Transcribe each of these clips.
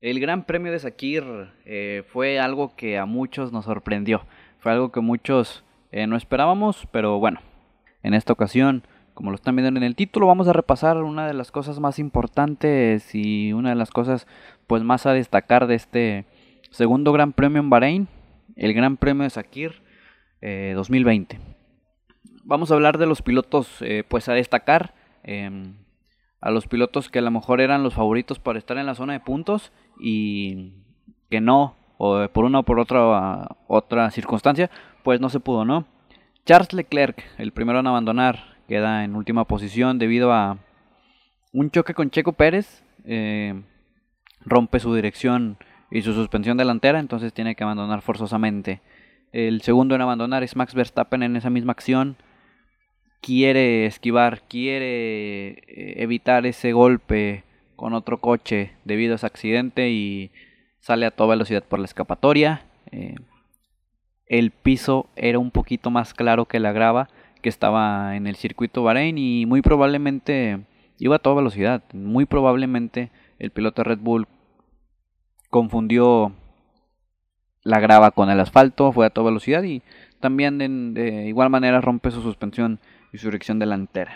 El Gran Premio de Sakir fue algo que a muchos nos sorprendió. Fue algo que muchos no esperábamos, pero bueno, en esta ocasión, como lo están viendo en el título, vamos a repasar una de las cosas más importantes y una de las cosas pues más a destacar de este segundo Gran Premio en Bahrein, el Gran Premio de Sakir 2020. Vamos a hablar de los pilotos pues a destacar. A los pilotos que a lo mejor eran los favoritos para estar en la zona de puntos y que no, o por una o por otra circunstancia, pues no se pudo, ¿no? Charles Leclerc, el primero en abandonar, queda en última posición debido a un choque con Checo Pérez, rompe su dirección y su suspensión delantera, entonces tiene que abandonar forzosamente. El segundo en abandonar es Max Verstappen en esa misma acción, quiere esquivar, quiere evitar ese golpe con otro coche debido a ese accidente y sale a toda velocidad por la escapatoria. El piso era un poquito más claro que la grava que estaba en el circuito Bahrein y muy probablemente iba a toda velocidad. Muy probablemente el piloto de Red Bull confundió la grava con el asfalto, fue a toda velocidad y también de igual manera rompe su suspensión y su dirección delantera.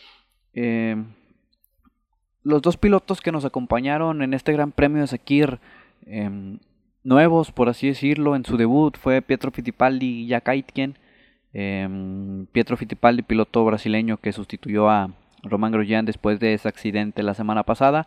Los dos pilotos que nos acompañaron en este Gran Premio de Sakir, nuevos por así decirlo, en su debut fue Pietro Fittipaldi y Jack Aitken. Pietro Fittipaldi, piloto brasileño que sustituyó a Romain Grosjean después de ese accidente la semana pasada.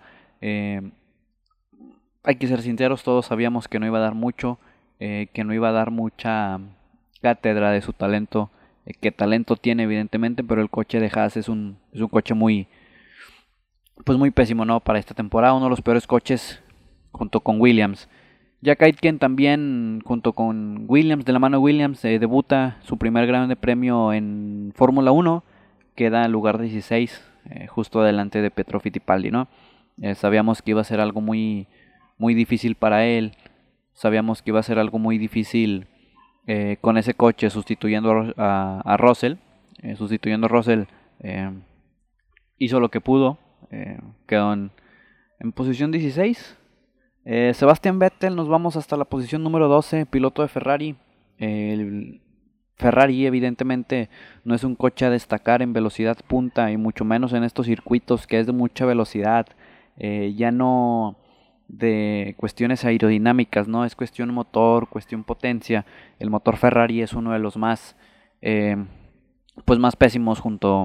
Hay que ser sinceros, todos sabíamos que no iba a dar mucho, que no iba a dar mucha cátedra de su talento, que talento tiene evidentemente, pero el coche de Haas es un coche muy pésimo, ¿no? Para esta temporada, uno de los peores coches junto con Williams. Jack Aitken también junto con Williams, de la mano de Williams, debuta su primer Gran Premio en Fórmula 1, queda en lugar 16, justo delante de Pietro Fittipaldi, ¿no? Sabíamos que iba a ser algo muy difícil para él, sabíamos que iba a ser algo muy difícil con ese coche sustituyendo a Russell. Sustituyendo a Russell, hizo lo que pudo, quedó en posición 16. Sebastian Vettel, nos vamos hasta la posición número 12, piloto de Ferrari. El Ferrari evidentemente no es un coche a destacar en velocidad punta y mucho menos en estos circuitos que es de mucha velocidad, ya no de cuestiones aerodinámicas, no es cuestión motor, cuestión potencia. El motor Ferrari es uno de los más más pésimos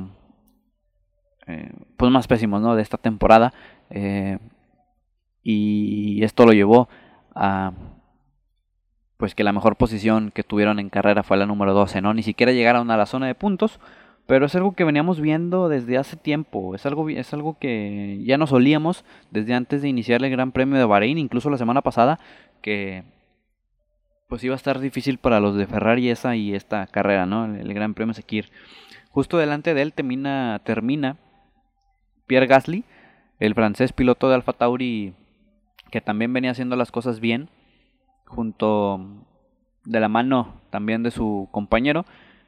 más pésimos, ¿no? De esta temporada, y esto lo llevó a pues que la mejor posición que tuvieron en carrera fue la número 12, ¿no? Ni siquiera llegaron a la zona de puntos, pero es algo que veníamos viendo desde hace tiempo, es algo que ya nos olíamos desde antes de iniciar el Gran Premio de Bahrein, incluso la semana pasada, que pues iba a estar difícil para los de Ferrari esa y esta carrera, ¿no? El Gran Premio Sakir. Justo delante de él termina Pierre Gasly, el francés piloto de Alfa Tauri, que también venía haciendo las cosas bien, junto de la mano también de su compañero.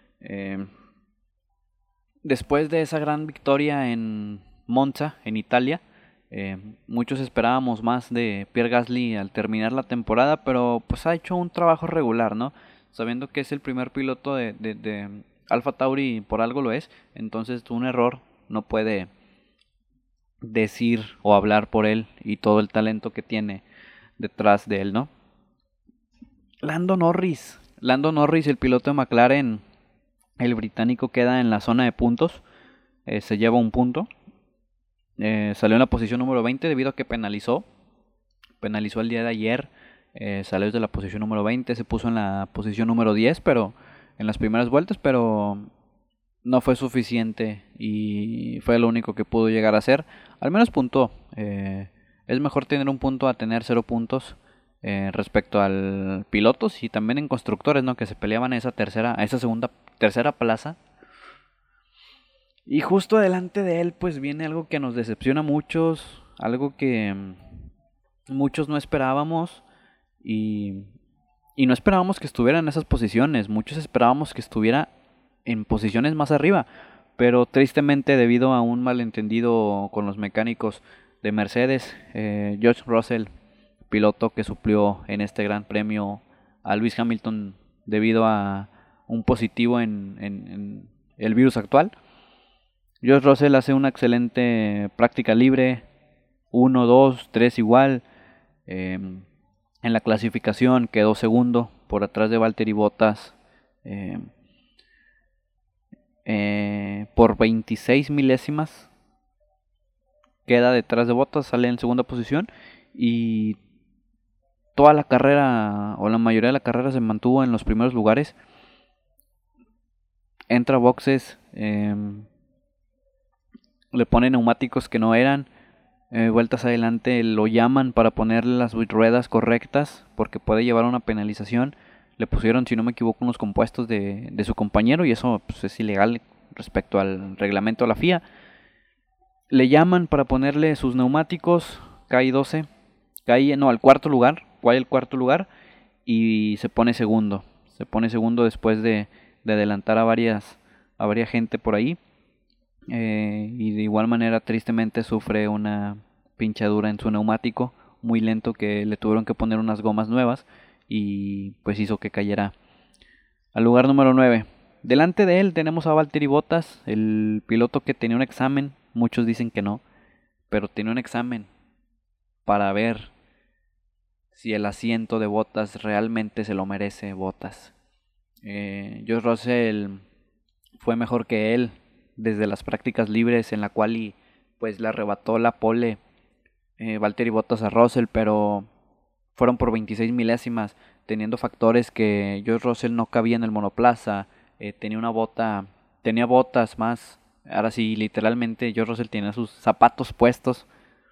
Después de esa gran victoria en Monza, en Italia, muchos esperábamos más de Pierre Gasly al terminar la temporada, pero pues ha hecho un trabajo regular, ¿no? Sabiendo que es el primer piloto de Alfa Tauri, por algo lo es, entonces un error no puede decir o hablar por él y todo el talento que tiene detrás de él, ¿no? Lando Norris, el piloto de McLaren, el británico, queda en la zona de puntos, se lleva un punto, salió en la posición número 20 debido a que penalizó el día de ayer, salió desde la posición número 20, se puso en la posición número 10, pero en las primeras vueltas, pero no fue suficiente y fue lo único que pudo llegar a hacer. Al menos puntuó. Es mejor tener un punto a tener 0 puntos respecto al pilotos y también en constructores, ¿no? Que se peleaban esa tercera plaza. Y justo delante de él pues viene algo que nos decepciona a muchos, algo que muchos no esperábamos y no esperábamos que estuviera en esas posiciones. Muchos esperábamos que estuviera en posiciones más arriba, pero tristemente debido a un malentendido con los mecánicos de Mercedes, George Russell, piloto que suplió en este Gran Premio a Lewis Hamilton debido a un positivo en el virus actual. George Russell hace una excelente práctica libre, 1, 2, 3 igual. En la clasificación quedó segundo por atrás de Valtteri Bottas por 26 milésimas. Queda detrás de Bottas, sale en segunda posición y toda la carrera o la mayoría de la carrera se mantuvo en los primeros lugares. Entra a boxes, le pone neumáticos que no eran. Vueltas adelante lo llaman para ponerle las ruedas correctas porque puede llevar una penalización. Le pusieron, si no me equivoco, unos compuestos de su compañero y eso pues, es ilegal respecto al reglamento de la FIA. Le llaman para ponerle sus neumáticos, cae 12, al cuarto lugar, y se pone segundo. Se pone segundo después de adelantar a varias gente por ahí. Y de igual manera tristemente sufre una pinchadura en su neumático muy lento que le tuvieron que poner unas gomas nuevas y pues hizo que cayera al lugar número 9. Delante de él tenemos a Valtteri Bottas, el piloto que tenía un examen, muchos dicen que no, pero tenía un examen para ver si el asiento de Bottas realmente se lo merece Bottas. George Russell fue mejor que él desde las prácticas libres en la cual pues le arrebató la pole Valtteri Bottas a Russell, pero fueron por 26 milésimas, teniendo factores que George Russell no cabía en el monoplaza, tenía botas más, ahora sí, literalmente George Russell tenía sus zapatos puestos,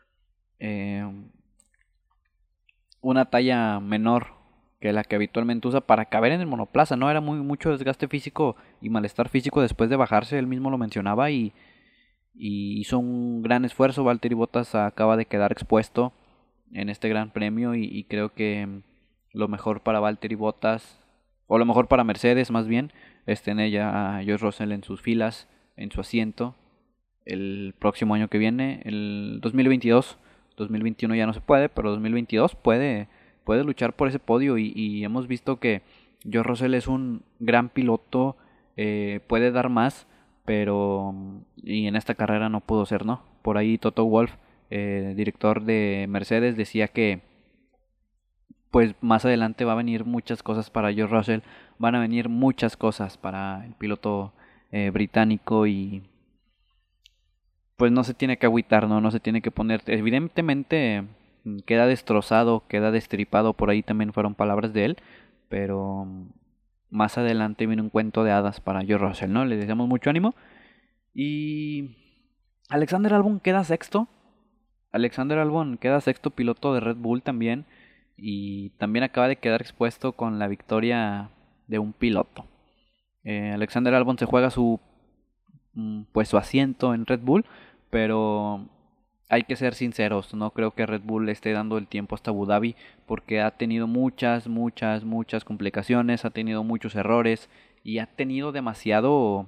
una talla menor que la que habitualmente usa para caber en el monoplaza, ¿no? Era mucho desgaste físico y malestar físico después de bajarse, él mismo lo mencionaba y hizo un gran esfuerzo. Valtteri Bottas acaba de quedar expuesto en este gran premio y creo que lo mejor para Valtteri Bottas, o lo mejor para Mercedes más bien, es tener ya a George Russell en sus filas, en su asiento, el próximo año que viene, el 2022. 2021 ya no se puede, pero 2022 puede luchar por ese podio y hemos visto que George Russell es un gran piloto, puede dar más, pero y en esta carrera no pudo ser, ¿no? Por ahí Toto Wolff, director de Mercedes, decía que pues más adelante va a venir muchas cosas para George Russell, van a venir muchas cosas para el piloto británico y pues no se tiene que agüitar, no se tiene que poner, evidentemente queda destrozado, queda destripado, por ahí también fueron palabras de él, pero más adelante viene un cuento de hadas para George Russell, ¿no? Le deseamos mucho ánimo. Y Alexander Albon queda sexto. Piloto de Red Bull también. Y también acaba de quedar expuesto con la victoria de un piloto. Alexander Albon se juega su asiento en Red Bull, pero hay que ser sinceros, no creo que Red Bull le esté dando el tiempo hasta Abu Dhabi porque ha tenido muchas complicaciones, ha tenido muchos errores y ha tenido demasiado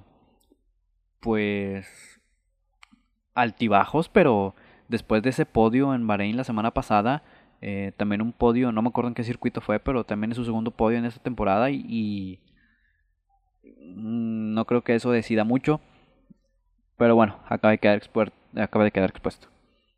pues altibajos, pero después de ese podio en Bahrein la semana pasada, también un podio, no me acuerdo en qué circuito fue, pero también es su segundo podio en esta temporada y no creo que eso decida mucho. Pero bueno, acaba de quedar expuesto.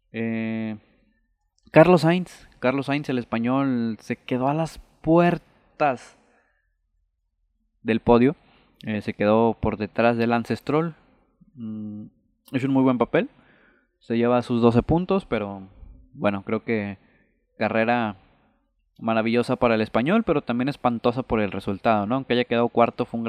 Carlos Sainz, el español, se quedó a las puertas del podio. Se quedó por detrás de Lance Stroll. Es un muy buen papel. Se lleva sus 12 puntos, pero bueno, creo que carrera maravillosa para el español, pero también espantosa por el resultado, ¿no? Aunque haya quedado cuarto, fue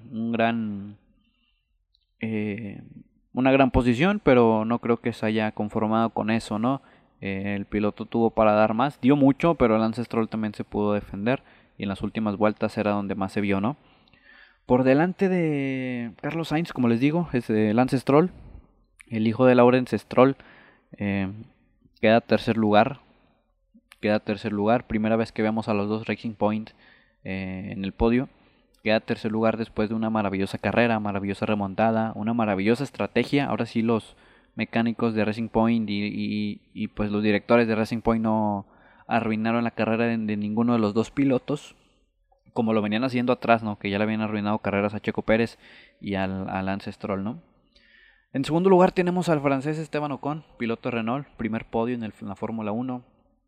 una gran posición, pero no creo que se haya conformado con eso, ¿no? El piloto tuvo para dar más, dio mucho, pero Lance Stroll también se pudo defender y en las últimas vueltas era donde más se vio, ¿no? Por delante de Carlos Sainz, como les digo, es Lance Stroll, el hijo de Lawrence Stroll, queda tercer lugar, primera vez que vemos a los dos Racing Point en el podio. Queda tercer lugar después de una maravillosa carrera, maravillosa remontada, una maravillosa estrategia. Ahora sí los mecánicos de Racing Point y pues los directores de Racing Point no arruinaron la carrera de ninguno de los dos pilotos, como lo venían haciendo atrás, ¿no? Que ya le habían arruinado carreras a Checo Pérez y al Lance Stroll, ¿no? En segundo lugar tenemos al francés Esteban Ocon, piloto de Renault, primer podio en la Fórmula 1.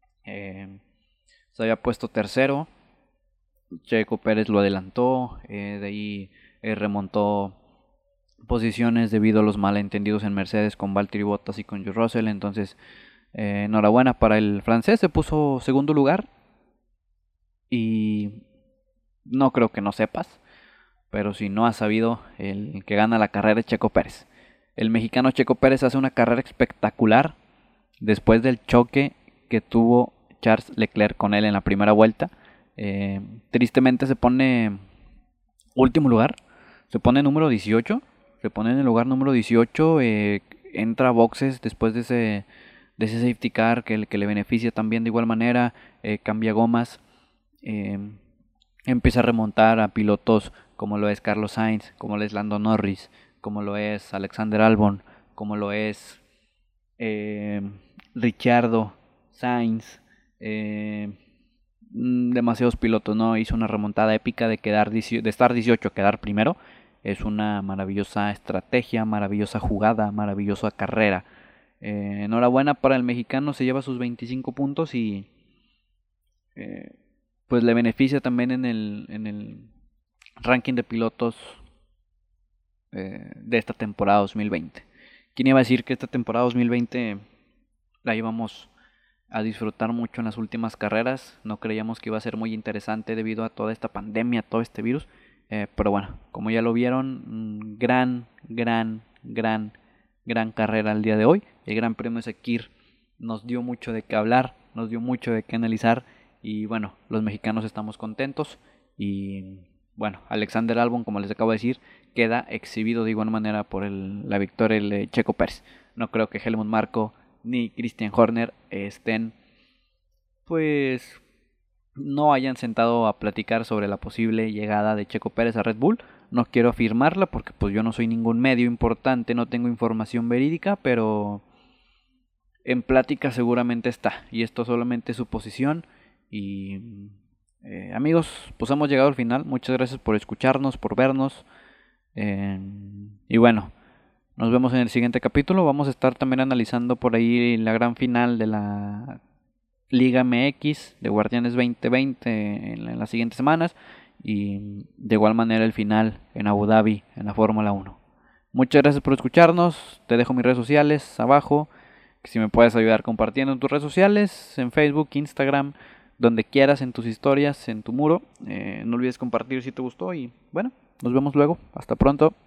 Se había puesto tercero, Checo Pérez lo adelantó, de ahí remontó posiciones debido a los malentendidos en Mercedes con Valtteri Bottas y con George Russell. Entonces, enhorabuena para el francés, se puso segundo lugar. Y no creo que no sepas, pero si no has sabido, el que gana la carrera es Checo Pérez. El mexicano Checo Pérez hace una carrera espectacular después del choque que tuvo Charles Leclerc con él en la primera vuelta. Tristemente se pone último lugar, se pone número 18, se pone en el lugar número 18, entra a boxes después de ese safety car que le beneficia también de igual manera, cambia gomas, empieza a remontar a pilotos como lo es Carlos Sainz, como lo es Lando Norris, como lo es Alexander Albon, como lo es Ricciardo, Sainz, demasiados pilotos, ¿no? Hizo una remontada épica de estar 18 a quedar primero. Es una maravillosa estrategia, maravillosa jugada, maravillosa carrera. Enhorabuena para el mexicano, se lleva sus 25 puntos y pues le beneficia también en el ranking de pilotos de esta temporada 2020. ¿Quién iba a decir que esta temporada 2020 la íbamos a disfrutar mucho en las últimas carreras? No creíamos que iba a ser muy interesante debido a toda esta pandemia, todo este virus. Pero bueno, como ya lo vieron, gran carrera el día de hoy. El Gran Premio de Sakir nos dio mucho de qué hablar, nos dio mucho de qué analizar. Y bueno, los mexicanos estamos contentos. Y bueno, Alexander Albon, como les acabo de decir, queda exhibido de igual manera por la victoria de Checo Pérez. No creo que Helmut Marko ni Christian Horner estén, pues, no hayan sentado a platicar sobre la posible llegada de Checo Pérez a Red Bull. No quiero afirmarla porque pues yo no soy ningún medio importante, no tengo información verídica, pero en plática seguramente está. Y esto solamente es suposición. Y amigos, pues hemos llegado al final. Muchas gracias por escucharnos, por vernos. Y bueno, nos vemos en el siguiente capítulo. Vamos a estar también analizando por ahí la gran final de la Liga MX de Guardianes 2020 en las siguientes semanas. Y de igual manera el final en Abu Dhabi en la Fórmula 1. Muchas gracias por escucharnos. Te dejo mis redes sociales abajo. Si me puedes ayudar compartiendo en tus redes sociales, en Facebook, Instagram, donde quieras, en tus historias, en tu muro. No olvides compartir si te gustó y bueno, nos vemos luego. Hasta pronto.